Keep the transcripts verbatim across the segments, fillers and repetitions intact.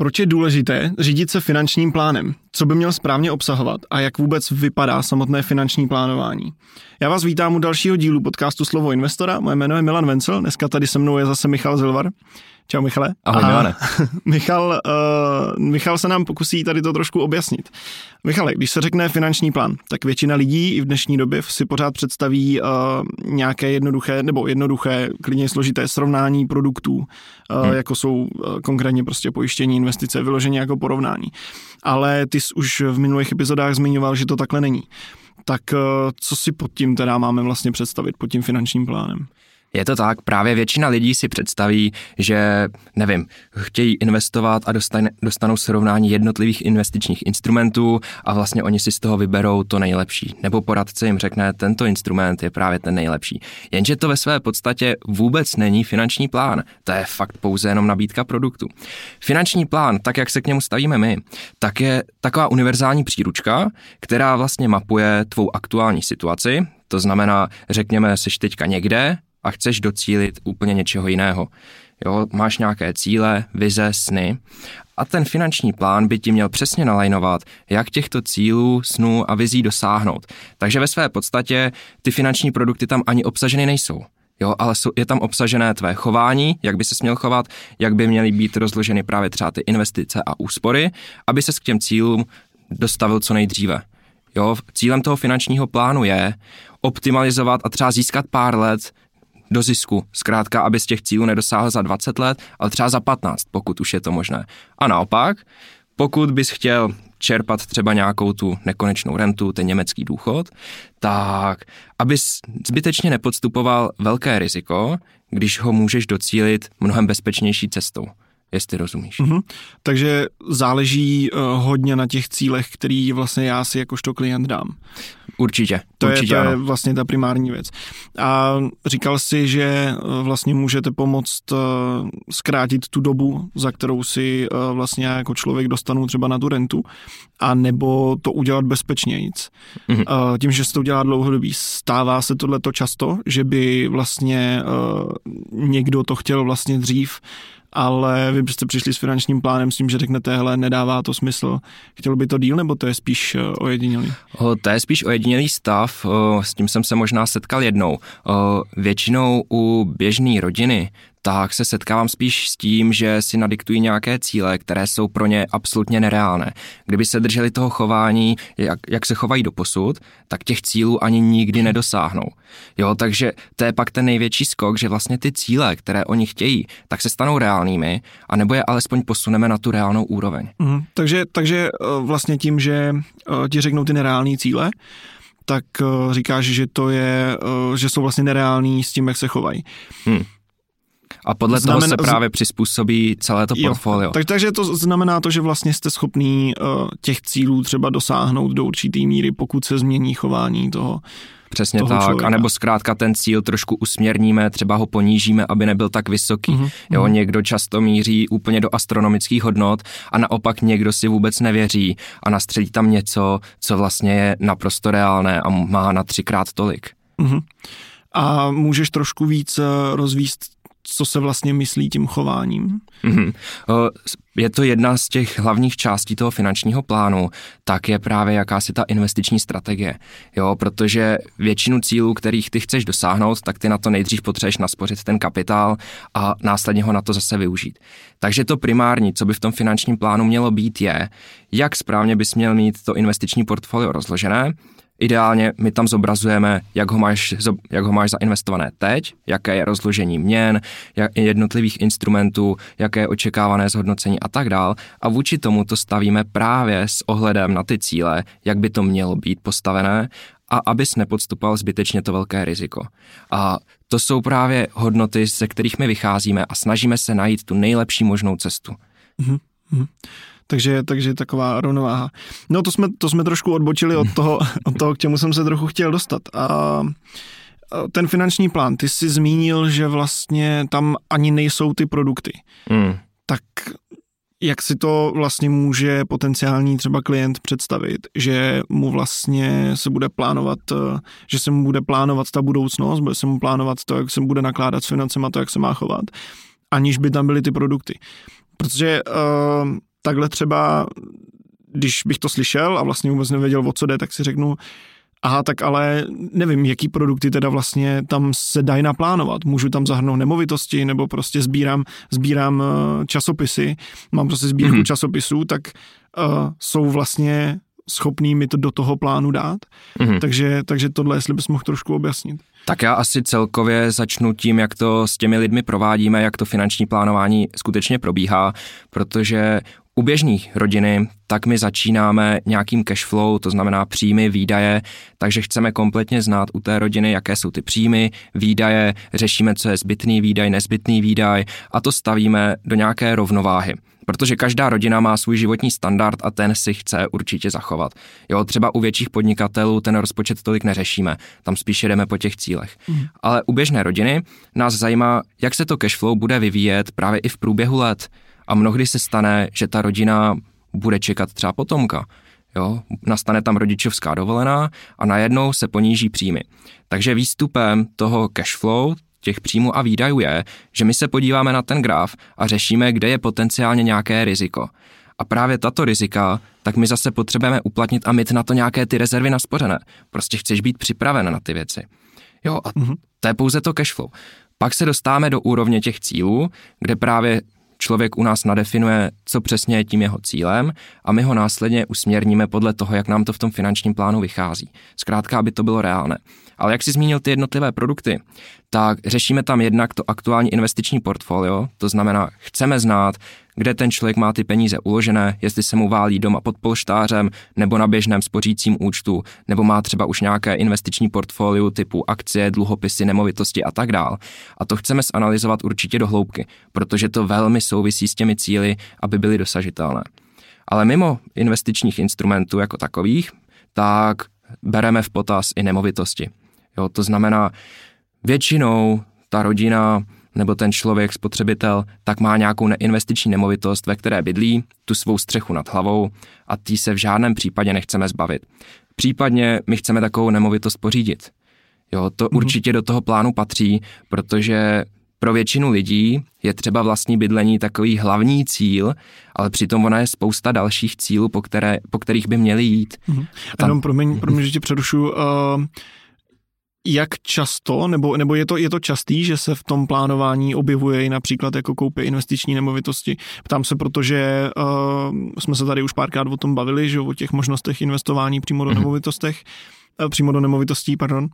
Proč je důležité řídit se finančním plánem? Co by měl správně obsahovat a jak vůbec vypadá samotné finanční plánování? Já vás vítám u dalšího dílu podcastu Slovo investora. Moje jméno je Milan Vencel, dneska tady se mnou je zase Michal Zilvar. Čau Michale. Ahoj Milane. Michal, uh, Michal se nám pokusí tady to trošku objasnit. Michale, když se řekne finanční plán, tak většina lidí i v dnešní době si pořád představí uh, nějaké jednoduché, nebo jednoduché, klidně složité srovnání produktů, uh, hmm. jako jsou uh, konkrétně prostě pojištění, investice, vyloženě jako porovnání. Ale ty jsi už v minulých epizodách zmiňoval, že to takhle není. Tak uh, co si pod tím teda máme vlastně představit, pod tím finančním plánem? Je to tak, právě většina lidí si představí, že, nevím, chtějí investovat a dostane, dostanou srovnání jednotlivých investičních instrumentů a vlastně oni si z toho vyberou to nejlepší. Nebo poradce jim řekne, tento instrument je právě ten nejlepší. Jenže to ve své podstatě vůbec není finanční plán. To je fakt pouze jenom nabídka produktu. Finanční plán, tak jak se k němu stavíme my, tak je taková univerzální příručka, která vlastně mapuje tvou aktuální situaci. To znamená, řekněme, seš teďka někde a chceš docílit úplně něčeho jiného. Jo, máš nějaké cíle, vize, sny a ten finanční plán by ti měl přesně nalajnovat, jak těchto cílů, snů a vizí dosáhnout. Takže ve své podstatě ty finanční produkty tam ani obsaženy nejsou. Jo, ale je tam obsažené tvé chování, jak by ses měl chovat, jak by měly být rozloženy právě třeba ty investice a úspory, aby ses k těm cílům dostavil co nejdříve. Jo, cílem toho finančního plánu je optimalizovat a třeba získat pár let do zisku. Zkrátka, aby z těch cílů nedosáhl za dvacet let, ale třeba za patnáct, pokud už je to možné. A naopak, pokud bys chtěl čerpat třeba nějakou tu nekonečnou rentu, ten německý důchod, tak abys zbytečně nepodstupoval velké riziko, když ho můžeš docílit mnohem bezpečnější cestou. Jestli rozumíš. Mm-hmm. Takže záleží uh, hodně na těch cílech, který vlastně já si jakožto klient dám. Určitě. To, určitě je, to ano. je vlastně ta primární věc. A říkal jsi, že uh, vlastně můžete pomoct uh, zkrátit tu dobu, za kterou si uh, vlastně jako člověk dostanu třeba na tu rentu, a nebo to udělat bezpečnějc. Mm-hmm. Uh, tím, že se to udělá dlouhodobý, stává se tohleto často, že by vlastně uh, někdo to chtěl vlastně dřív, ale vy byste přišli s finančním plánem s tím, že řeknete, hele, nedává to smysl. Chtěl by to díl, nebo to je spíš ojedinělý? O, to je spíš ojedinělý stav, o, s tím jsem se možná setkal jednou. O, většinou u běžné rodiny tak se setkávám spíš s tím, že si nadiktují nějaké cíle, které jsou pro ně absolutně nereálné. Kdyby se drželi toho chování, jak, jak se chovají doposud, tak těch cílů ani nikdy nedosáhnou. Jo, takže to je pak ten největší skok, že vlastně ty cíle, které oni chtějí, tak se stanou reálnými, anebo je alespoň posuneme na tu reálnou úroveň. Mm, takže, takže vlastně tím, že ti řeknou ty nereální cíle, tak říkáš, že to je, že jsou vlastně nereální s tím, jak se chovají. Hmm. A podle znamená, toho se právě přizpůsobí celé to portfolio. Tak, takže to znamená to, že vlastně jste schopný uh, těch cílů třeba dosáhnout do určitý míry, pokud se změní chování toho. Přesně toho tak, člověka. Anebo zkrátka ten cíl trošku usměrníme, třeba ho ponížíme, aby nebyl tak vysoký. Mm-hmm. Jo, někdo často míří úplně do astronomických hodnot a naopak někdo si vůbec nevěří a nastřelí tam něco, co vlastně je naprosto reálné a má na třikrát tolik. Mm-hmm. A můžeš trošku víc rozvíst, co se vlastně myslí tím chováním? Mm-hmm. Je to jedna z těch hlavních částí toho finančního plánu, tak je právě jakási ta investiční strategie. Jo, protože většinu cílů, kterých ty chceš dosáhnout, tak ty na to nejdřív potřebuješ naspořit ten kapitál a následně ho na to zase využít. Takže to primární, co by v tom finančním plánu mělo být, je, jak správně bys měl mít to investiční portfolio rozložené. Ideálně my tam zobrazujeme, jak ho máš, jak ho máš zainvestované teď, jaké je rozložení měn, jak jednotlivých instrumentů, jaké je očekávané zhodnocení a tak dál. A vůči tomu to stavíme právě s ohledem na ty cíle, jak by to mělo být postavené a abys nepodstupoval zbytečně to velké riziko. A to jsou právě hodnoty, ze kterých my vycházíme a snažíme se najít tu nejlepší možnou cestu. Mm-hmm. Takže, takže taková rovnováha. No to jsme, to jsme trošku odbočili od toho, od toho, k čemu jsem se trochu chtěl dostat. A ten finanční plán, ty jsi zmínil, že vlastně tam ani nejsou ty produkty. Mm. Tak jak si to vlastně může potenciální třeba klient představit, že mu vlastně se bude plánovat, že se mu bude plánovat ta budoucnost, bude se mu plánovat to, jak se bude nakládat s financema, to, jak se má chovat, aniž by tam byly ty produkty. Protože uh, takhle třeba, když bych to slyšel a vlastně vůbec nevěděl, o co jde, tak si řeknu, aha, tak ale nevím, jaký produkty teda vlastně tam se dají naplánovat. Můžu tam zahrnout nemovitosti, nebo prostě sbírám, sbírám časopisy, mám prostě sbírku mm-hmm. časopisů, tak uh, jsou vlastně schopný mi to do toho plánu dát. Mm-hmm. Takže, takže tohle, jestli bys mohl trošku objasnit. Tak já asi celkově začnu tím, jak to s těmi lidmi provádíme, jak to finanční plánování skutečně probíhá, protože u běžných rodiny tak my začínáme nějakým cash flow, to znamená příjmy, výdaje, takže chceme kompletně znát u té rodiny, jaké jsou ty příjmy, výdaje, řešíme, co je zbytný výdaj, nezbytný výdaj a to stavíme do nějaké rovnováhy. Protože každá rodina má svůj životní standard a ten si chce určitě zachovat. Jo, třeba u větších podnikatelů ten rozpočet tolik neřešíme, tam spíš jdeme po těch cílech. Mm. Ale u běžné rodiny nás zajímá, jak se to cash flow bude vyvíjet právě i v průběhu let. A mnohdy se stane, že ta rodina bude čekat třeba potomka. Jo, nastane tam rodičovská dovolená a najednou se poníží příjmy. Takže výstupem toho cash flow, těch příjmů a výdajů je, že my se podíváme na ten graf a řešíme, kde je potenciálně nějaké riziko. A právě tato rizika, tak my zase potřebujeme uplatnit a mít na to nějaké ty rezervy naspořené. Prostě chceš být připraven na ty věci. Jo, a mm-hmm. to je pouze to cash flow. Pak se dostáváme do úrovně těch cílů, kde právě člověk u nás nadefinuje, co přesně je tím jeho cílem a my ho následně usměrníme podle toho, jak nám to v tom finančním plánu vychází. Zkrátka, aby to bylo reálné. Ale jak jsi zmínil ty jednotlivé produkty, tak řešíme tam jednak to aktuální investiční portfolio, to znamená, chceme znát, kde ten člověk má ty peníze uložené, jestli se mu válí doma pod polštářem nebo na běžném spořícím účtu, nebo má třeba už nějaké investiční portfolio typu akcie, dluhopisy, nemovitosti a tak dál. A to chceme zanalyzovat určitě do hloubky, protože to velmi souvisí s těmi cíli, aby byly dosažitelné. Ale mimo investičních instrumentů jako takových, tak bereme v potaz i nemovitosti. Jo, to znamená, většinou ta rodina nebo ten člověk, spotřebitel, tak má nějakou neinvestiční nemovitost, ve které bydlí, tu svou střechu nad hlavou a tý se v žádném případě nechceme zbavit. Případně my chceme takovou nemovitost pořídit. Jo, to mm-hmm. určitě do toho plánu patří, protože pro většinu lidí je třeba vlastní bydlení takový hlavní cíl, ale přitom ona je spousta dalších cílů, po, které, po kterých by měli jít. Mm-hmm. Tam... Jenom promiň, promiň, že tě přerušu. Uh... Jak často, nebo, nebo je, to, je to častý, že se v tom plánování objevuje i například jako koupě investiční nemovitosti? Ptám se, protože uh, jsme se tady už párkrát o tom bavili, že o těch možnostech investování přímo do mm-hmm. nemovitostech, uh, přímo do nemovitostí, pardon.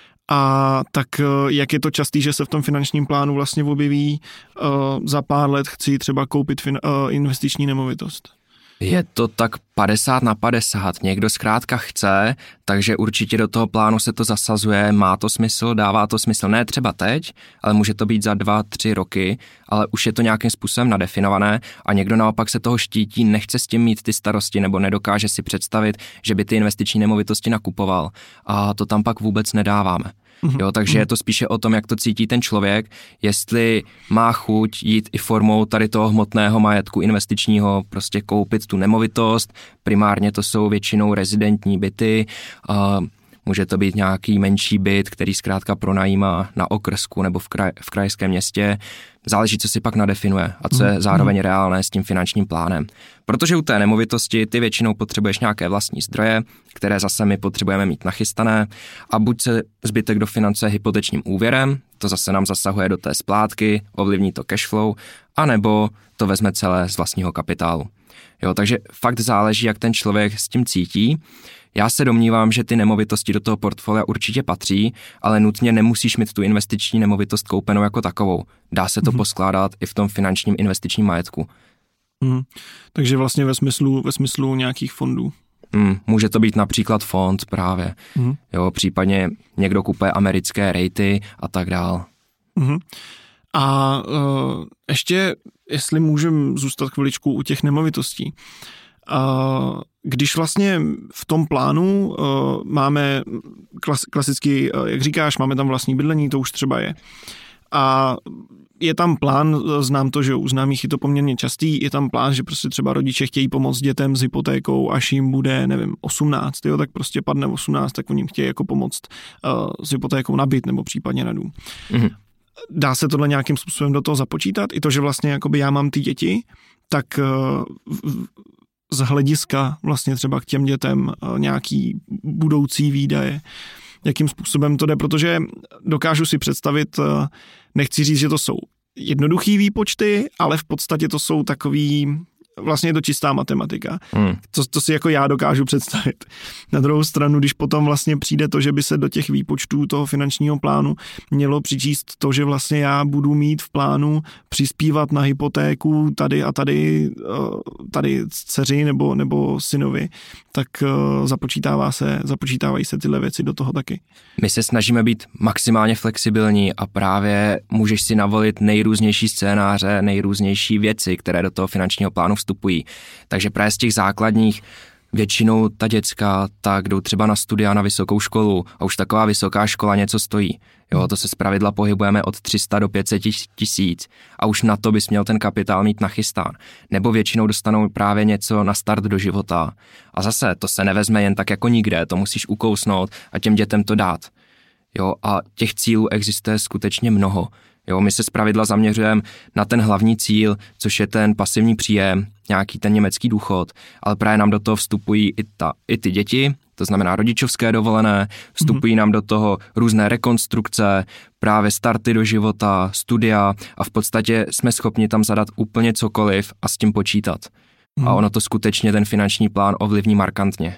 A tak uh, jak je to častý, že se v tom finančním plánu vlastně objeví uh, za pár let chci třeba koupit fin, uh, investiční nemovitost? Je to tak padesát na padesát, někdo zkrátka chce, takže určitě do toho plánu se to zasazuje, má to smysl, dává to smysl, ne třeba teď, ale může to být za dva, tři roky, ale už je to nějakým způsobem nadefinované a někdo naopak se toho štítí, nechce s tím mít ty starosti nebo nedokáže si představit, že by ty investiční nemovitosti nakupoval a to tam pak vůbec nedáváme. Jo, takže je to spíše o tom, jak to cítí ten člověk, jestli má chuť jít i formou tady toho hmotného majetku investičního, prostě koupit tu nemovitost, primárně to jsou většinou rezidentní byty, a může to být nějaký menší byt, který zkrátka pronajímá na okrsku nebo v, kraj, v krajském městě. Záleží, co si pak nadefinuje a co je zároveň reálné s tím finančním plánem. Protože u té nemovitosti ty většinou potřebuješ nějaké vlastní zdroje, které zase my potřebujeme mít nachystané a buď se zbytek dofinancuje hypotečním úvěrem, to zase nám zasahuje do té splátky, ovlivní to cash flow, anebo to vezme celé z vlastního kapitálu. Jo, takže fakt záleží, jak ten člověk s tím cítí. Já se domnívám, že ty nemovitosti do toho portfolia určitě patří, ale nutně nemusíš mít tu investiční nemovitost koupenou jako takovou. Dá se to mm-hmm. poskládat i v tom finančním investičním majetku. Mm. Takže vlastně ve smyslu, ve smyslu nějakých fondů. Mm, může to být například fond právě. Mm. Jo, případně někdo kupuje americké rejty a tak dál. Mm. A uh, ještě, jestli můžeme zůstat chviličku u těch nemovitostí. Uh, když vlastně v tom plánu uh, máme klas, klasicky, uh, jak říkáš, máme tam vlastní bydlení, to už třeba je. A je tam plán, znám to, že u známých je to poměrně častý, je tam plán, že prostě třeba rodiče chtějí pomoct dětem s hypotékou, až jim bude, nevím, osmnáct, jo, tak prostě padne osmnáct, tak oni chtějí jako pomoct uh, s hypotékou na byt nebo případně na dům. Mm-hmm. Dá se tohle nějakým způsobem do toho započítat? I to, že vlastně jakoby já mám ty děti, tak z hlediska vlastně třeba k těm dětem nějaký budoucí výdaje, jakým způsobem to jde, protože dokážu si představit, nechci říct, že to jsou jednoduchý výpočty, ale v podstatě to jsou takový, vlastně je to čistá matematika. Hmm. To, to si jako já dokážu představit. Na druhou stranu, když potom vlastně přijde to, že by se do těch výpočtů toho finančního plánu mělo přičíst to, že vlastně já budu mít v plánu přispívat na hypotéku tady a tady, tady dceři nebo, nebo synovi, tak započítává se, započítávají se tyhle věci do toho taky. My se snažíme být maximálně flexibilní a právě můžeš si navolit nejrůznější scénáře, nejrůznější věci, které do toho finančního plánu vstupují. Takže právě z těch základních většinou ta děcka tak jdou třeba na studia na vysokou školu a už taková vysoká škola něco stojí. Jo, to se zpravidla pohybujeme od tři sta do pět set tisíc a už na to bys měl ten kapitál mít nachystán. Nebo většinou dostanou právě něco na start do života. A zase to se nevezme jen tak jako nikde, to musíš ukousnout a těm dětem to dát. Jo, a těch cílů existuje skutečně mnoho. Jo, my se zpravidla zaměřujeme na ten hlavní cíl, což je ten pasivní příjem, nějaký ten německý důchod, ale právě nám do toho vstupují i, ta, i ty děti, to znamená rodičovské dovolené, vstupují mm-hmm. nám do toho různé rekonstrukce, právě starty do života, studia a v podstatě jsme schopni tam zadat úplně cokoliv a s tím počítat. Mm-hmm. A ono to skutečně ten finanční plán ovlivní markantně.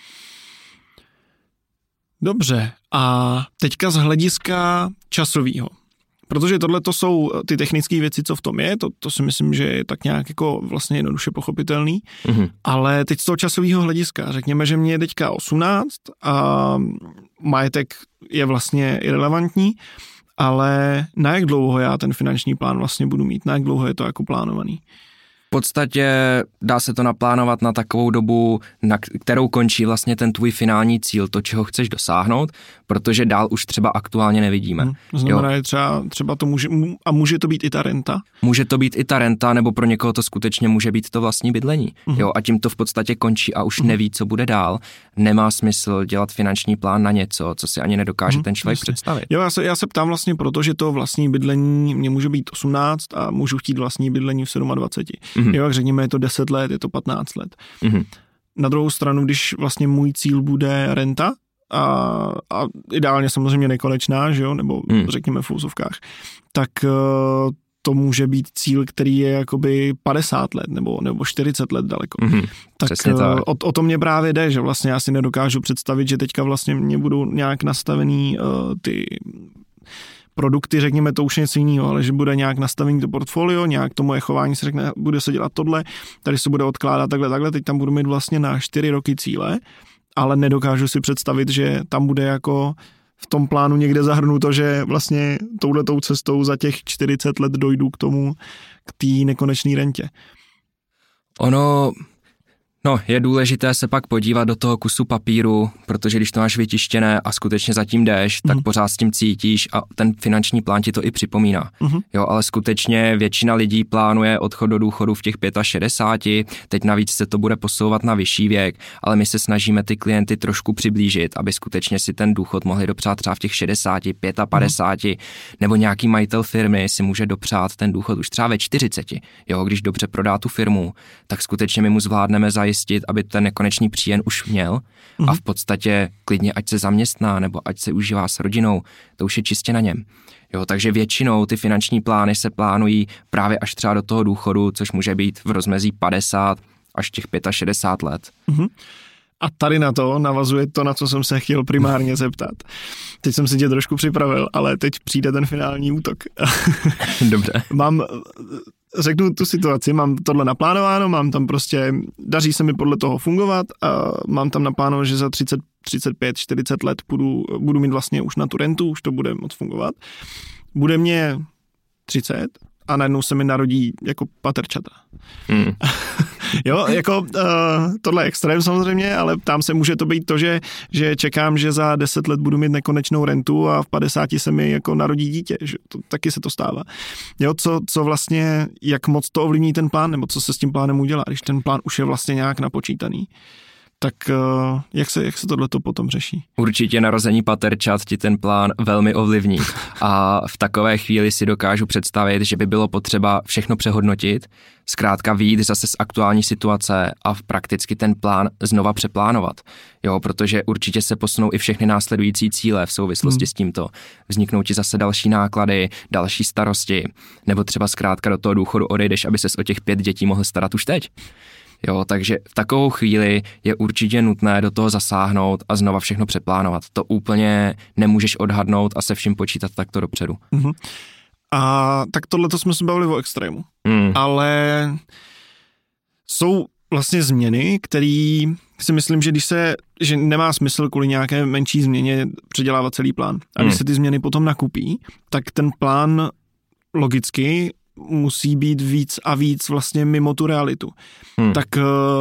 Dobře, a teďka z hlediska časového. Protože tohle to jsou ty technické věci, co v tom je, to, to si myslím, že je tak nějak jako vlastně jednoduše pochopitelný, mm-hmm. ale teď z toho časového hlediska, řekněme, že mě je teďka osmnáct a majetek je vlastně irelevantní, ale na jak dlouho já ten finanční plán vlastně budu mít, na jak dlouho je to jako plánovaný? V podstatě dá se to naplánovat na takovou dobu, na kterou končí vlastně ten tvůj finální cíl, to, čeho chceš dosáhnout, protože dál už třeba aktuálně nevidíme. Hmm, to znamená, že třeba, třeba to může, a může to být i ta renta? Může to být i ta renta, nebo pro někoho to skutečně může být to vlastní bydlení. Hmm. Jo, a tím to v podstatě končí a už hmm. neví, co bude dál. Nemá smysl dělat finanční plán na něco, co si ani nedokáže hmm, ten člověk jasně. představit. Jo, já se, já se ptám vlastně proto, že to vlastní bydlení mě může být osmnáct a můžu chtít vlastní bydlení v dvacet sedm. Mm-hmm. Jo, jak řekněme, je to deset let, je to patnáct let. Mm-hmm. Na druhou stranu, když vlastně můj cíl bude renta a, a ideálně samozřejmě nekonečná, že jo, nebo mm. řekněme v úzovkách, tak uh, to může být cíl, který je jakoby padesát let nebo, nebo čtyřicet let daleko. Mm-hmm. Tak, tak. O, o to mě právě jde, že vlastně já si nedokážu představit, že teďka vlastně mě budou nějak nastavený uh, ty produkty, řekněme, to už něco jiného, ale že bude nějak nastavení to portfolio, nějak to moje chování se řekne, bude se dělat tohle, tady se bude odkládat takhle, takhle, teď tam budu mít vlastně na čtyři roky cíle, ale nedokážu si představit, že tam bude jako v tom plánu někde zahrnuto, že vlastně touhletou cestou za těch čtyřicet let dojdu k tomu, k té nekonečné rentě. Ono... No, je důležité se pak podívat do toho kusu papíru, protože když to máš vytištěné a skutečně zatím jdeš, tak mm. pořád s tím cítíš a ten finanční plán ti to i připomíná. Mm. Jo, ale skutečně většina lidí plánuje odchod do důchodu v těch šedesáti pěti, teď navíc se to bude posouvat na vyšší věk, ale my se snažíme ty klienty trošku přiblížit, aby skutečně si ten důchod mohli dopřát třeba v těch šedesáti, padesát pěti, mm. nebo nějaký majitel firmy si může dopřát ten důchod už třeba ve čtyřiceti. Jo, když dobře prodá tu firmu, tak skutečně my mu zvládneme zajistit, aby ten nekonečný příjem už měl mm. a v podstatě klidně ať se zaměstná nebo ať se užívá s rodinou, to už je čistě na něm. Jo, takže většinou ty finanční plány se plánují právě až třeba do toho důchodu, což může být v rozmezí padesát až těch šedesát pět let. Mm. A tady na to navazuje to, na co jsem se chtěl primárně zeptat. Teď jsem si tě trošku připravil, ale teď přijde ten finální útok. Dobře. Mám... Řeknu tu situaci, mám tohle naplánováno, mám tam prostě, daří se mi podle toho fungovat a mám tam naplánováno, že za třicet, třicet pět, čtyřicet let budu, budu mít vlastně už na tu rentu, už to bude moc fungovat. Bude mě třicet a najednou se mi narodí jako paterčata. Hmm. Jo, jako uh, tohle je extrém samozřejmě, ale tam se může to být to, že, že čekám, že za deset let budu mít nekonečnou rentu a v padesáti se mi jako narodí dítě, že to, taky se to stává. Jo, co, co vlastně, jak moc to ovlivní ten plán, nebo co se s tím plánem udělá, když ten plán už je vlastně nějak napočítaný. Tak jak se, jak se tohleto potom řeší? Určitě narození paterčat ti ten plán velmi ovlivní a v takové chvíli si dokážu představit, že by bylo potřeba všechno přehodnotit, zkrátka vyjít zase z aktuální situace a prakticky ten plán znova přeplánovat. Jo, protože určitě se posunou i všechny následující cíle v souvislosti hmm. s tímto. Vzniknou ti zase další náklady, další starosti, nebo třeba zkrátka do toho důchodu odejdeš, aby ses o těch pět dětí mohl starat už teď. Jo, takže v takovou chvíli je určitě nutné do toho zasáhnout a znova všechno přeplánovat. To úplně nemůžeš odhadnout a se vším počítat takto dopředu. Uh-huh. A tak tohleto jsme se bavili o extrému. Mm. Ale jsou vlastně změny, které si myslím, že když se, že nemá smysl kvůli nějaké menší změně předělávat celý plán. A když mm. se ty změny potom nakupí, tak ten plán logicky musí být víc a víc vlastně mimo tu realitu. Hmm. Tak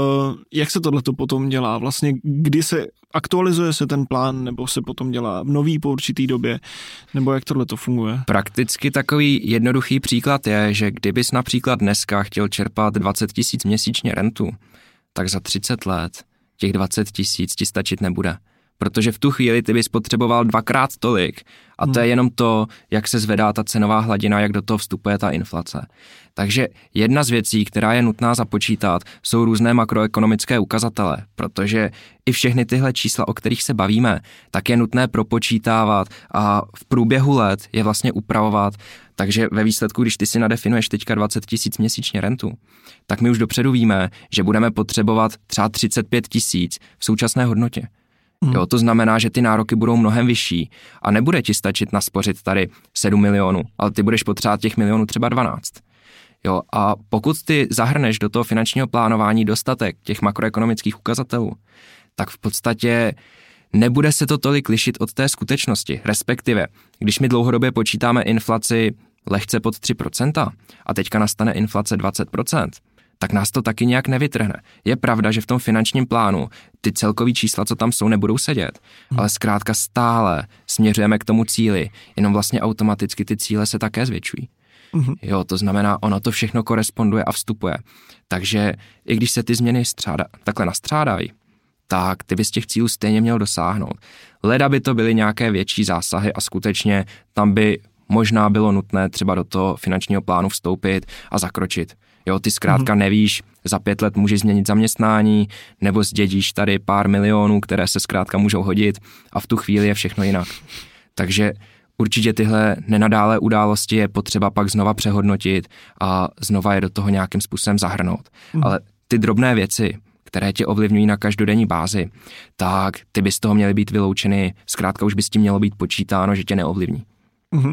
jak se tohleto potom dělá? Vlastně kdy se aktualizuje se ten plán, nebo se potom dělá nový po určitý době, nebo jak tohleto funguje? Prakticky takový jednoduchý příklad je, že kdybys například dneska chtěl čerpat dvacet tisíc měsíčně rentu, tak za třicet let těch dvacet tisíc ti stačit nebude. Protože v tu chvíli ty bys potřeboval dvakrát tolik a to je jenom to, jak se zvedá ta cenová hladina, jak do toho vstupuje ta inflace. Takže jedna z věcí, která je nutná započítat, jsou různé makroekonomické ukazatele, protože i všechny tyhle čísla, o kterých se bavíme, tak je nutné propočítávat a v průběhu let je vlastně upravovat. Takže ve výsledku, když ty si nadefinuješ teďka dvacet tisíc měsíčně rentu, tak my už dopředu víme, že budeme potřebovat třeba třicet pět tisíc v současné hodnotě. Hmm. Jo, to znamená, že ty nároky budou mnohem vyšší a nebude ti stačit naspořit tady sedm milionů, ale ty budeš potřebovat těch milionů třeba dvanáct. Jo, a pokud ty zahrneš do toho finančního plánování dostatek těch makroekonomických ukazatelů, tak v podstatě nebude se to tolik lišit od té skutečnosti. Respektive, když my dlouhodobě počítáme inflaci lehce pod tři procenta a teďka nastane inflace dvacet procent, tak nás to taky nějak nevytrhne. Je pravda, že v tom finančním plánu ty celkový čísla, co tam jsou, nebudou sedět, hmm. ale zkrátka stále směřujeme k tomu cíli, jenom vlastně automaticky ty cíle se také zvětšují. Hmm. Jo, to znamená, ono to všechno koresponduje a vstupuje. Takže i když se ty změny střáda, takhle nastřádají, tak ty bys těch cílů stejně měl dosáhnout. Leda by to byly nějaké větší zásahy a skutečně tam by možná bylo nutné třeba do toho finančního plánu vstoupit a zakročit. Jo, ty zkrátka nevíš, za pět let můžeš změnit zaměstnání, nebo zdědíš tady pár milionů, které se zkrátka můžou hodit a v tu chvíli je všechno jinak. Takže určitě tyhle nenadálé události je potřeba pak znova přehodnotit a znova je do toho nějakým způsobem zahrnout. Mm. Ale ty drobné věci, které tě ovlivňují na každodenní bázi, tak ty by z toho měly být vyloučeny, zkrátka už by s tím mělo být počítáno, že tě neovlivní. Mm.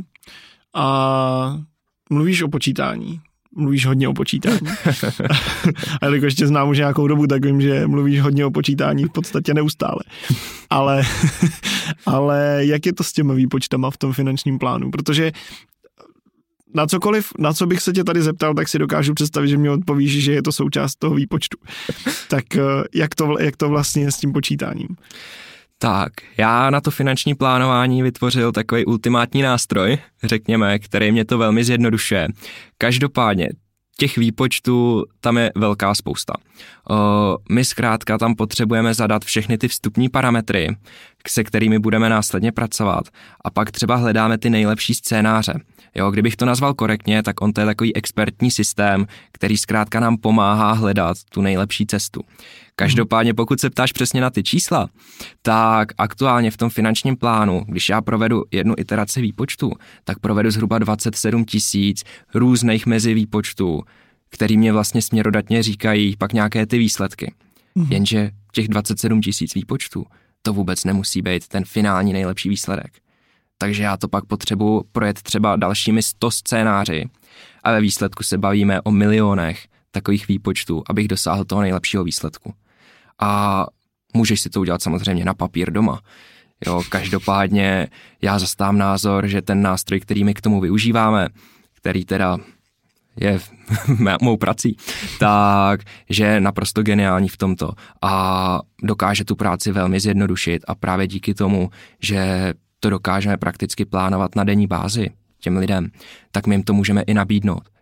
A mluvíš o počítání. Mluvíš hodně o počítání. A jelikož ještě znám už nějakou dobu, tak vím, že mluvíš hodně o počítání v podstatě neustále. Ale, ale jak je to s těmi výpočtama v tom finančním plánu? Protože na cokoliv, na co bych se tě tady zeptal, tak si dokážu představit, že mi odpovíš, že je to součást toho výpočtu. Tak jak to, jak to vlastně je s tím počítáním? Tak, já na to finanční plánování vytvořil takový ultimátní nástroj, řekněme, který mě to velmi zjednodušuje. Každopádně těch výpočtů tam je velká spousta. O, my zkrátka tam potřebujeme zadat všechny ty vstupní parametry, se kterými budeme následně pracovat a pak třeba hledáme ty nejlepší scénáře. Jo, kdybych to nazval korektně, tak on to je takový expertní systém, který zkrátka nám pomáhá hledat tu nejlepší cestu. Každopádně, pokud se ptáš přesně na ty čísla, tak aktuálně v tom finančním plánu, když já provedu jednu iteraci výpočtu, tak provedu zhruba dvacet sedm tisíc různých mezivýpočtů, který mě vlastně směrodatně říkají pak nějaké ty výsledky. Mhm. Jenže těch dvacet sedm tisíc výpočtů, to vůbec nemusí být ten finální nejlepší výsledek. Takže já to pak potřebuji projet třeba dalšími sto scénáři a ve výsledku se bavíme o milionech takových výpočtů, abych dosáhl toho nejlepšího výsledku. A můžeš si to udělat samozřejmě na papír doma. Jo, každopádně já zastávám názor, že ten nástroj, který my k tomu využíváme, který teda je mou prací, tak že je naprosto geniální v tomto a dokáže tu práci velmi zjednodušit a právě díky tomu, že to dokážeme prakticky plánovat na denní bázi těm lidem, tak my jim to můžeme i nabídnout.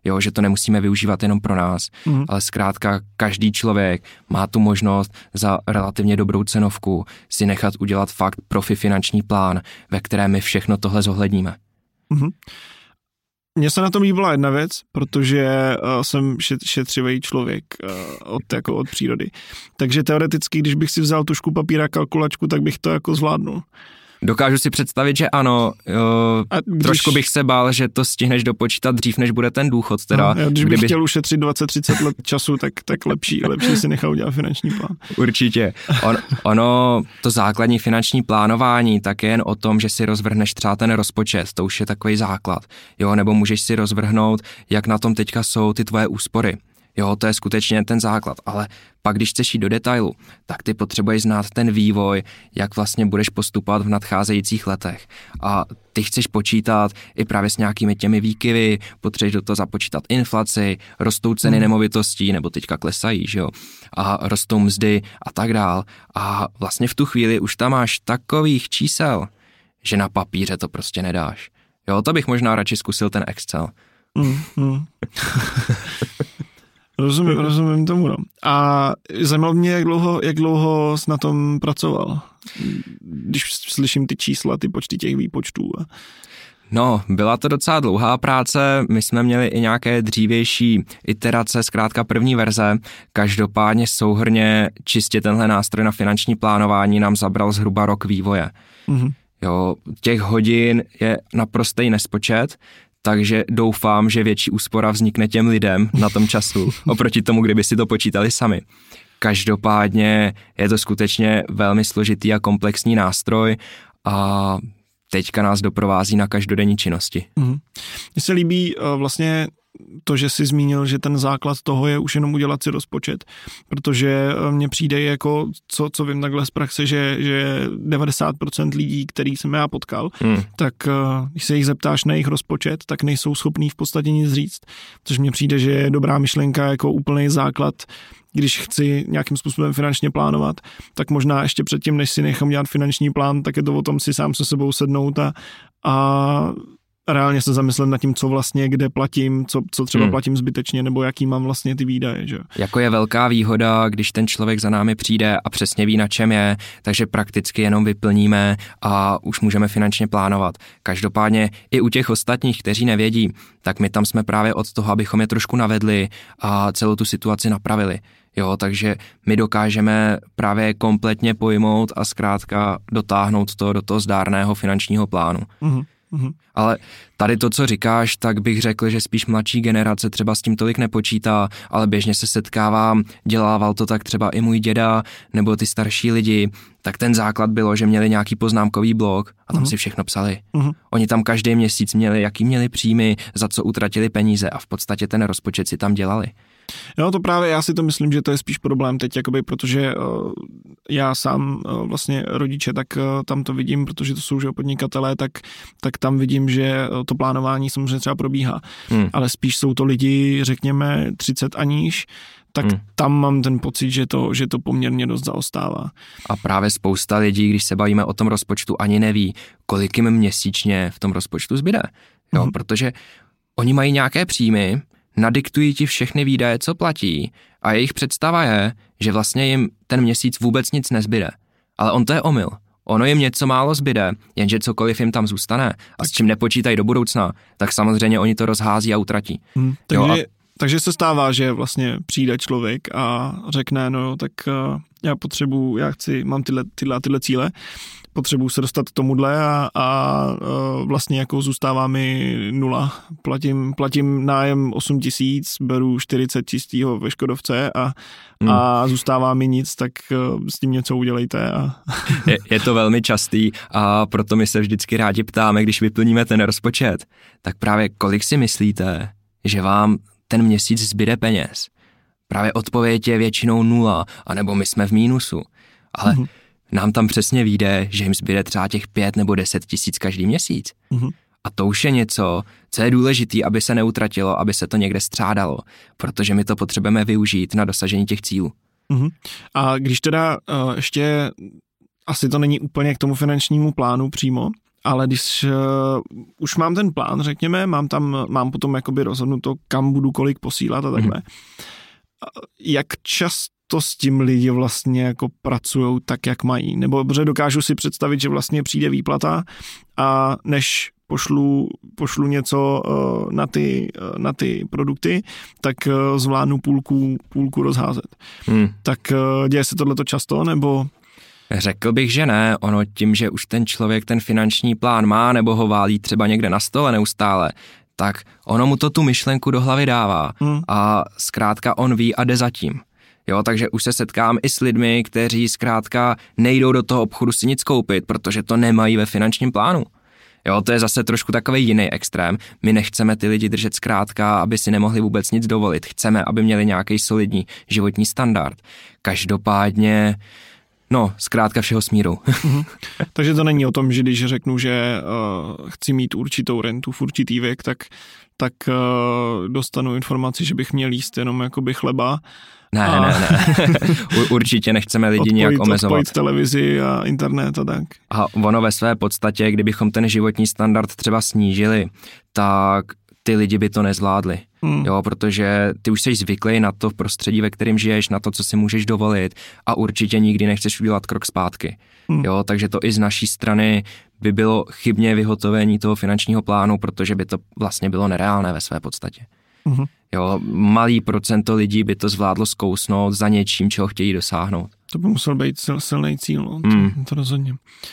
jo, že to nemusíme využívat jenom pro nás, mm. ale zkrátka každý člověk má tu možnost za relativně dobrou cenovku si nechat udělat fakt profi finanční plán, ve kterém my všechno tohle zohledníme. Mm. Mně se na tom líbila jedna věc, protože uh, jsem šetřivý člověk uh, od, jako od přírody. Takže teoreticky, když bych si vzal tušku, papír a kalkulačku, tak bych to jako zvládnul. Dokážu si představit, že ano, jo, když, trošku bych se bál, že to stihneš dopočítat dřív, než bude ten důchod. Teda, no, když bych kdyby... chtěl ušetřit dvacet třicet let času, tak, tak lepší, lepší si nechal udělat finanční plán. Určitě. On, ono, to základní finanční plánování, tak je jen o tom, že si rozvrhneš třeba ten rozpočet, to už je takový základ. Jo, nebo můžeš si rozvrhnout, jak na tom teďka jsou ty tvoje úspory. Jo, to je skutečně ten základ, ale pak, když chceš jít do detailu, tak ty potřebuješ znát ten vývoj, jak vlastně budeš postupovat v nadcházejících letech. A ty chceš počítat i právě s nějakými těmi výkyvy, potřebuješ do toho započítat inflaci, rostou ceny hmm. nemovitostí, nebo teďka klesají, že jo, a rostou mzdy a tak dál. A vlastně v tu chvíli už tam máš takových čísel, že na papíře to prostě nedáš. Jo, to bych možná radši zkusil ten Excel. Hmm, hmm. Rozumím, rozumím tomu, no. A zajímalo mě, jak dlouho, jak dlouho jsi na tom pracoval, když slyším ty čísla, ty počty těch výpočtů. No, byla to docela dlouhá práce, my jsme měli i nějaké dřívější iterace, zkrátka první verze, každopádně souhrně čistě tenhle nástroj na finanční plánování nám zabral zhruba rok vývoje. Mm-hmm. Jo, těch hodin je naprostý nespočet, takže doufám, že větší úspora vznikne těm lidem na tom času, oproti tomu, kdyby si to počítali sami. Každopádně je to skutečně velmi složitý a komplexní nástroj a teďka nás doprovází na každodenní činnosti. Mně se líbí vlastně to, že jsi zmínil, že ten základ toho je už jenom udělat si rozpočet, protože mně přijde jako, co, co vím takhle z praxe, že, že devadesát procent lidí, který jsem já potkal, hmm. tak když se jich zeptáš na jejich rozpočet, tak nejsou schopní v podstatě nic říct, což mně přijde, že je dobrá myšlenka jako úplný základ, když chci nějakým způsobem finančně plánovat, tak možná ještě předtím, než si nechám dělat finanční plán, tak je to o tom si sám se sebou sednout a, a reálně se zamyslet nad tím, co vlastně, kde platím, co, co třeba hmm. platím zbytečně, nebo jaký mám vlastně ty výdaje. Že? Jako je velká výhoda, když ten člověk za námi přijde a přesně ví, na čem je, takže prakticky jenom vyplníme a už můžeme finančně plánovat. Každopádně i u těch ostatních, kteří nevědí, tak my tam jsme právě od toho, abychom je trošku navedli a celou tu situaci napravili. Jo, takže my dokážeme právě kompletně pojmout a zkrátka dotáhnout to do toho zdárného finančního plánu. Mm-hmm. Uhum. Ale tady to, co říkáš, tak bych řekl, že spíš mladší generace třeba s tím tolik nepočítá, ale běžně se setkávám, dělával to tak třeba i můj děda, nebo ty starší lidi, tak ten základ bylo, že měli nějaký poznámkový blok a tam uhum. si všechno psali. Uhum. Oni tam každý měsíc měli, jaký měli příjmy, za co utratili peníze a v podstatě ten rozpočet si tam dělali. No to právě, já si to myslím, že to je spíš problém teď, jakoby, protože uh, já sám uh, vlastně rodiče, tak uh, tam to vidím, protože to jsou že podnikatelé, tak, tak tam vidím, že uh, to plánování samozřejmě třeba probíhá. Hmm. Ale spíš jsou to lidi, řekněme, třicet a níž, tak hmm. tam mám ten pocit, že to, že to poměrně dost zaostává. A právě spousta lidí, když se bavíme o tom rozpočtu, ani neví, kolik jim měsíčně v tom rozpočtu zbyde. Jo, hmm. protože oni mají nějaké příjmy, nadiktují ti všechny výdaje, co platí a jejich představa je, že vlastně jim ten měsíc vůbec nic nezbyde. Ale on to je omyl. Ono jim něco málo zbyde, jenže cokoliv jim tam zůstane a s čím nepočítají do budoucna, tak samozřejmě oni to rozhází a utratí. Hmm, takže, jo, a... takže se stává, že vlastně přijde člověk a řekne, no tak uh, já potřebuji, já chci, mám tyhle, tyhle, tyhle cíle, potřebuji se dostat k tomuhle a, a vlastně jako zůstává mi nula. Platím, platím nájem osm tisíc, beru čtyřicet čistýho ve Škodovce a, hmm. a zůstává mi nic, tak s tím něco udělejte. A... je, je to velmi častý a proto my se vždycky rádi ptáme, když vyplníme ten rozpočet, tak právě kolik si myslíte, že vám ten měsíc zbyde peněz? Právě odpověď je většinou nula, anebo my jsme v mínusu. Ale hmm. nám tam přesně vyjde, že jim zbyde třeba těch pět nebo deset tisíc každý měsíc. Mm-hmm. A to už je něco, co je důležité, aby se neutratilo, aby se to někde střádalo, protože my to potřebujeme využít na dosažení těch cílů. Mm-hmm. A když teda uh, ještě asi to není úplně k tomu finančnímu plánu přímo, ale když uh, už mám ten plán, řekněme, mám tam, mám potom jakoby rozhodnuto, kam budu kolik posílat a takhle. Mm. Jak často s tím lidi vlastně jako pracujou tak, jak mají? Nebo dobře, dokážu si představit, že vlastně přijde výplata a než pošlu, pošlu něco uh, na, ty, uh, na ty produkty, tak uh, zvládnu půlku, půlku rozházet. Mm. Tak uh, děje se tohleto často, nebo... Řekl bych, že ne. Ono tím, že už ten člověk ten finanční plán má nebo ho válí třeba někde na stole neustále, tak ono mu to tu myšlenku do hlavy dává hmm. a zkrátka on ví a jde zatím. Jo, takže už se setkám i s lidmi, kteří zkrátka nejdou do toho obchodu si nic koupit, protože to nemají ve finančním plánu. Jo, to je zase trošku takový jiný extrém. My nechceme ty lidi držet zkrátka, aby si nemohli vůbec nic dovolit. Chceme, aby měli nějaký solidní životní standard. Každopádně no, zkrátka všeho s mírou. Mm-hmm. Takže to není o tom, že když řeknu, že uh, chci mít určitou rentu v určitý věk, tak, tak uh, dostanu informaci, že bych měl jíst jenom jakoby chleba. Ne, a... ne, ne. Určitě nechceme lidi odpojit, nějak omezovat. Odpojit televizi a internet a tak. A ono ve své podstatě, kdybychom ten životní standard třeba snížili, tak ty lidi by to nezvládli. Hmm. Jo, protože ty už jsi zvyklý na to v prostředí, ve kterém žiješ, na to, co si můžeš dovolit a určitě nikdy nechceš udělat krok zpátky. Hmm. Jo, takže to i z naší strany by bylo chybně vyhotovení toho finančního plánu, protože by to vlastně bylo nereálné ve své podstatě. Hmm. Jo, malý procento lidí by to zvládlo zkousnout za něčím, čeho chtějí dosáhnout. To by musel být sil, silný cíl, no. hmm. to, to rozhodně.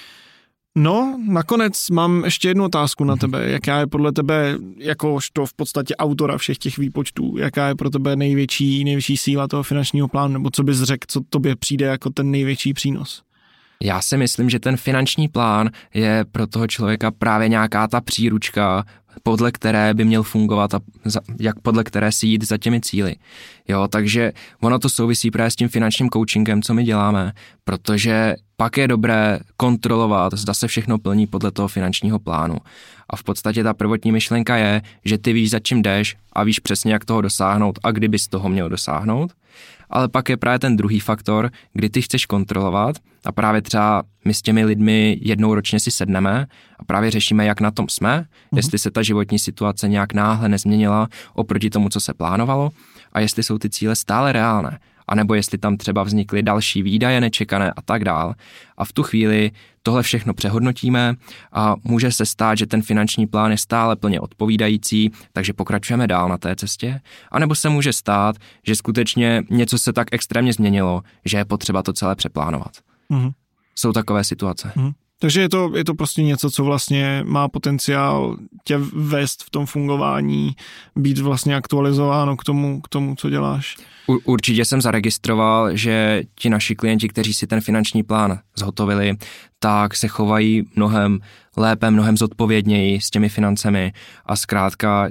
No, nakonec mám ještě jednu otázku na tebe. Jaká je podle tebe, jakožto v podstatě autora všech těch výpočtů, jaká je pro tebe největší, největší síla toho finančního plánu, nebo co bys řekl, co tobě přijde jako ten největší přínos? Já si myslím, že ten finanční plán je pro toho člověka právě nějaká ta příručka, podle které by měl fungovat a za, jak podle které si jít za těmi cíli. Jo, takže ono to souvisí právě s tím finančním coachingem, co my děláme, protože pak je dobré kontrolovat, zda se všechno plní podle toho finančního plánu. A v podstatě ta prvotní myšlenka je, že ty víš, za čím jdeš a víš přesně, jak toho dosáhnout a kdy bys toho měl dosáhnout. Ale pak je právě ten druhý faktor, kdy ty chceš kontrolovat a právě třeba my s těmi lidmi jednou ročně si sedneme a právě řešíme, jak na tom jsme, mm. jestli se ta životní situace nějak náhle nezměnila oproti tomu, co se plánovalo a jestli jsou ty cíle stále reálné, anebo jestli tam třeba vznikly další výdaje nečekané a tak dál. A v tu chvíli tohle všechno přehodnotíme a může se stát, že ten finanční plán je stále plně odpovídající, takže pokračujeme dál na té cestě. A nebo se může stát, že skutečně něco se tak extrémně změnilo, že je potřeba to celé přeplánovat. Mm-hmm. Jsou takové situace. Mm-hmm. Takže je to, je to prostě něco, co vlastně má potenciál tě vést v tom fungování, být vlastně aktualizováno k tomu, k tomu, co děláš. U, určitě jsem zaregistroval, že ti naši klienti, kteří si ten finanční plán zhotovili, tak se chovají mnohem lépe, mnohem zodpovědněji s těmi financemi a zkrátka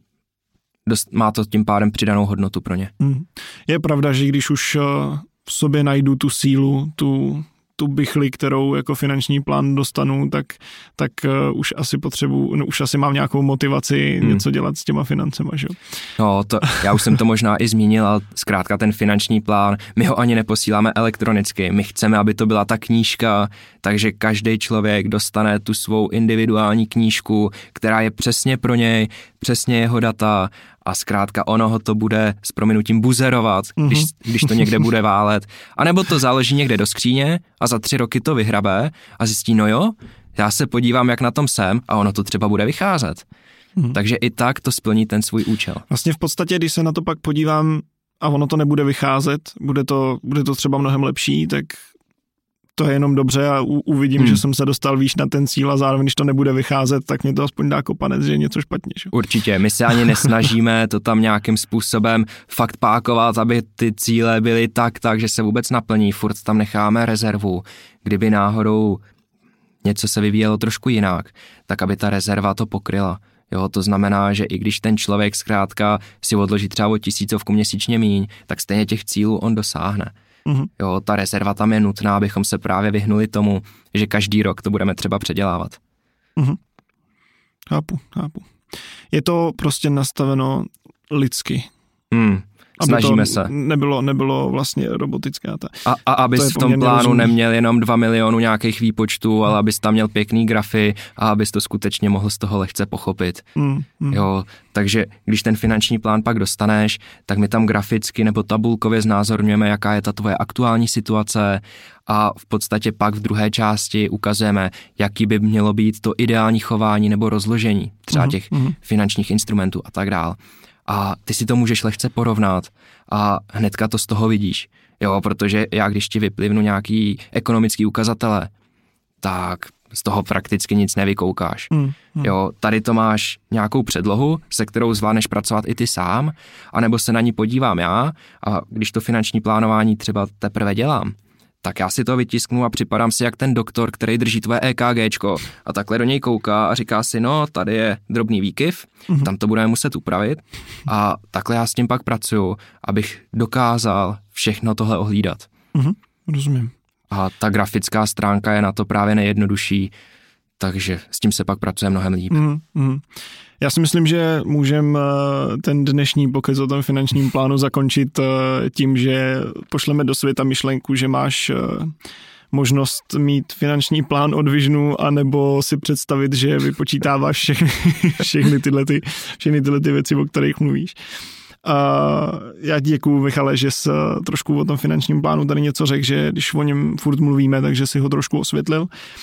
dost, má to tím pádem přidanou hodnotu pro ně. Mm. Je pravda, že když už v sobě najdu tu sílu, tu tu bychli, kterou jako finanční plán dostanu, tak, tak uh, už asi potřebuji, no, už asi mám nějakou motivaci hmm. něco dělat s těma financema, že jo? No, to, já už jsem to možná i zmínil, ale zkrátka ten finanční plán, my ho ani neposíláme elektronicky, my chceme, aby to byla ta knížka, takže každý člověk dostane tu svou individuální knížku, která je přesně pro něj, přesně jeho data a zkrátka ono ho to bude s prominutím buzerovat, mm-hmm. když, když to někde bude válet. A nebo to založí někde do skříně a za tři roky to vyhrabe a zjistí, no jo, já se podívám, jak na tom jsem a ono to třeba bude vycházet. Mm-hmm. Takže i tak to splní ten svůj účel. Vlastně v podstatě, když se na to pak podívám a ono to nebude vycházet, bude to, bude to třeba mnohem lepší, tak to je jenom dobře a u, uvidím, hmm. že jsem se dostal výš na ten cíl a zároveň, když to nebude vycházet, tak mě to aspoň dá kopanec, že je něco špatně. Že? Určitě, my se ani nesnažíme to tam nějakým způsobem fakt pákovat, aby ty cíle byly tak, tak, že se vůbec naplní, furt tam necháme rezervu, kdyby náhodou něco se vyvíjelo trošku jinak, tak aby ta rezerva to pokryla. Jo, to znamená, že i když ten člověk zkrátka si odloží třeba o tisícovku měsíčně míň, tak stejně těch cílů on dosáhne. Mm-hmm. Jo, ta rezerva tam je nutná, abychom se právě vyhnuli tomu, že každý rok to budeme třeba předělávat. Mm-hmm. Chápu, chápu. Je to prostě nastaveno lidsky. Hmm. aby Snažíme to se. Nebylo, nebylo vlastně robotické. A, ta, a, a abys v tom plánu rozumný. Neměl jenom dva milionu nějakých výpočtů, ale abys tam měl pěkný grafy a abys to skutečně mohl z toho lehce pochopit. Mm, mm. Jo, takže když ten finanční plán pak dostaneš, tak my tam graficky nebo tabulkově znázorňujeme, jaká je ta tvoje aktuální situace a v podstatě pak v druhé části ukazujeme, jaký by mělo být to ideální chování nebo rozložení třeba těch mm, finančních instrumentů a tak dál. A ty si to můžeš lehce porovnat a hnedka to z toho vidíš. Jo, protože já když ti vyplivnu nějaký ekonomický ukazatele, tak z toho prakticky nic nevykoukáš. Mm, mm. Jo, tady to máš nějakou předlohu, se kterou zvládneš pracovat i ty sám, anebo se na ní podívám já a když to finanční plánování třeba teprve dělám, tak já si to vytisknu a připadám si jak ten doktor, který drží tvoje EKGčko a takhle do něj kouká a říká si, no, tady je drobný výkyv, mm-hmm. tam to budeme muset upravit a takhle já s tím pak pracuju, abych dokázal všechno tohle ohlídat. Mm-hmm. Rozumím. A ta grafická stránka je na to právě nejjednodušší, takže s tím se pak pracuje mnohem líp. Mm-hmm. Já si myslím, že můžeme ten dnešní pokec o tom finančním plánu zakončit tím, že pošleme do světa myšlenku, že máš možnost mít finanční plán od Visionu, anebo si představit, že vypočítáváš všechny, všechny, tyhle, ty, všechny tyhle ty věci, o kterých mluvíš. Uh, já děkuju, Michale, že jsi trošku o tom finančním plánu tady něco řekl, že když o něm furt mluvíme, takže si ho trošku osvětlil.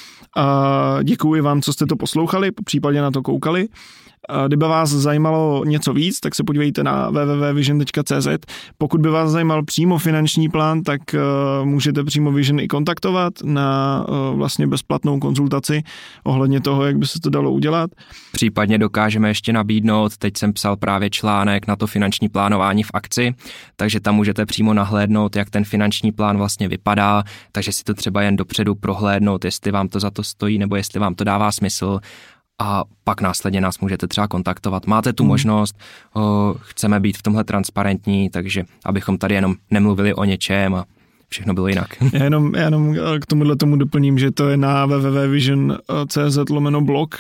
Uh, děkuji vám, co jste to poslouchali, popřípadě na to koukali. Uh, kdyby vás zajímalo něco víc, tak se podívejte na w w w tečka vision tečka c z. Pokud by vás zajímal přímo finanční plán, tak uh, můžete přímo Vision i kontaktovat na uh, vlastně bezplatnou konzultaci ohledně toho, jak by se to dalo udělat. Případně dokážeme ještě nabídnout, teď jsem psal právě článek na to finanční plánování v akci, takže tam můžete přímo nahlédnout, jak ten finanční plán vlastně vypadá, takže si to třeba jen dopředu prohlédnout, jestli vám to za to stojí, nebo jestli vám to dává smysl. A pak následně nás můžete třeba kontaktovat. Máte tu hmm. možnost, o, chceme být v tomhle transparentní, takže abychom tady jenom nemluvili o něčem a všechno bylo jinak. Já jenom, já jenom k tomuhle tomu doplním, že to je na w w w tečka vision tečka c z lomeno blog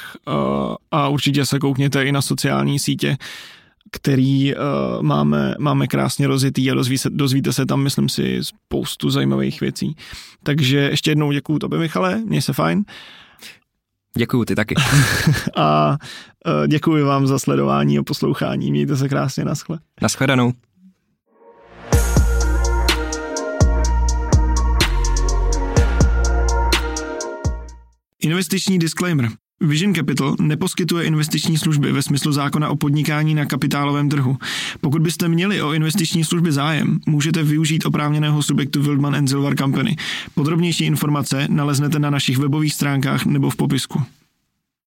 a určitě se koukněte i na sociální sítě, který uh, máme, máme krásně rozjetý a dozví se, dozvíte se tam, myslím si, spoustu zajímavých věcí. Takže ještě jednou děkuju tobě, Michale, měj se fajn. Děkuju, ty taky. A uh, děkuji vám za sledování a poslouchání. Mějte se krásně, naschle. Naschledanou. Investiční disclaimer. Vision Capital neposkytuje investiční služby ve smyslu zákona o podnikání na kapitálovém trhu. Pokud byste měli o investiční služby zájem, můžete využít oprávněného subjektu Wildman and Silver Company. Podrobnější informace naleznete na našich webových stránkách nebo v popisku.